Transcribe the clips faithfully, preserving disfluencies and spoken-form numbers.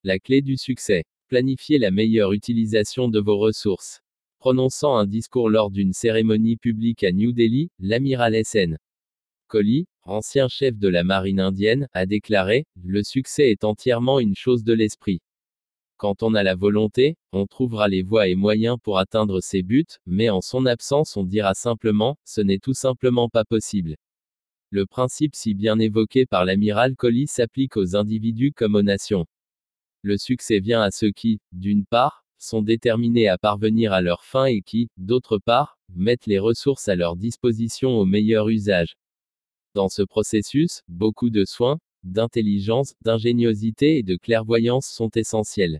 La clé du succès. Planifiez la meilleure utilisation de vos ressources. Prononçant un discours lors d'une cérémonie publique à New Delhi, l'amiral S N Kohli, ancien chef de la marine indienne, a déclaré, le succès est entièrement une chose de l'esprit. Quand on a la volonté, on trouvera les voies et moyens pour atteindre ses buts, mais en son absence on dira simplement, ce n'est tout simplement pas possible. Le principe si bien évoqué par l'amiral Kohli s'applique aux individus comme aux nations. Le succès vient à ceux qui, d'une part, sont déterminés à parvenir à leurs fins et qui, d'autre part, mettent les ressources à leur disposition au meilleur usage. Dans ce processus, beaucoup de soins, d'intelligence, d'ingéniosité et de clairvoyance sont essentiels.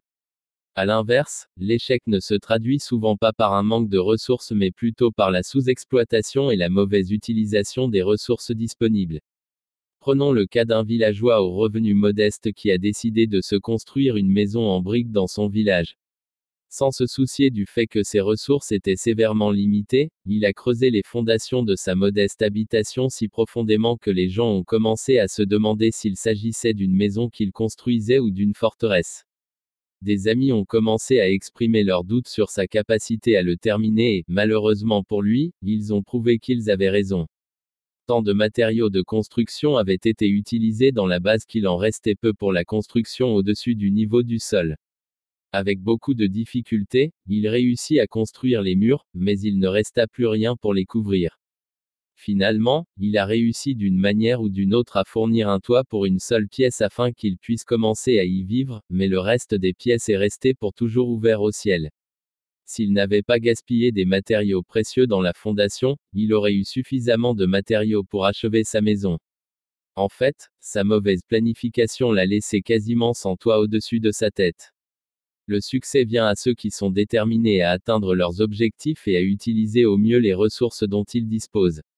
À l'inverse, l'échec ne se traduit souvent pas par un manque de ressources mais plutôt par la sous-exploitation et la mauvaise utilisation des ressources disponibles. Prenons le cas d'un villageois aux revenus modestes qui a décidé de se construire une maison en briques dans son village. Sans se soucier du fait que ses ressources étaient sévèrement limitées, il a creusé les fondations de sa modeste habitation si profondément que les gens ont commencé à se demander s'il s'agissait d'une maison qu'il construisait ou d'une forteresse. Des amis ont commencé à exprimer leurs doutes sur sa capacité à le terminer et, malheureusement pour lui, ils ont prouvé qu'ils avaient raison. Tant de matériaux de construction avaient été utilisés dans la base qu'il en restait peu pour la construction au-dessus du niveau du sol. Avec beaucoup de difficultés, il réussit à construire les murs, mais il ne resta plus rien pour les couvrir. Finalement, il a réussi d'une manière ou d'une autre à fournir un toit pour une seule pièce afin qu'il puisse commencer à y vivre, mais le reste des pièces est resté pour toujours ouvert au ciel. S'il n'avait pas gaspillé des matériaux précieux dans la fondation, il aurait eu suffisamment de matériaux pour achever sa maison. En fait, sa mauvaise planification l'a laissé quasiment sans toit au-dessus de sa tête. Le succès vient à ceux qui sont déterminés à atteindre leurs objectifs et à utiliser au mieux les ressources dont ils disposent.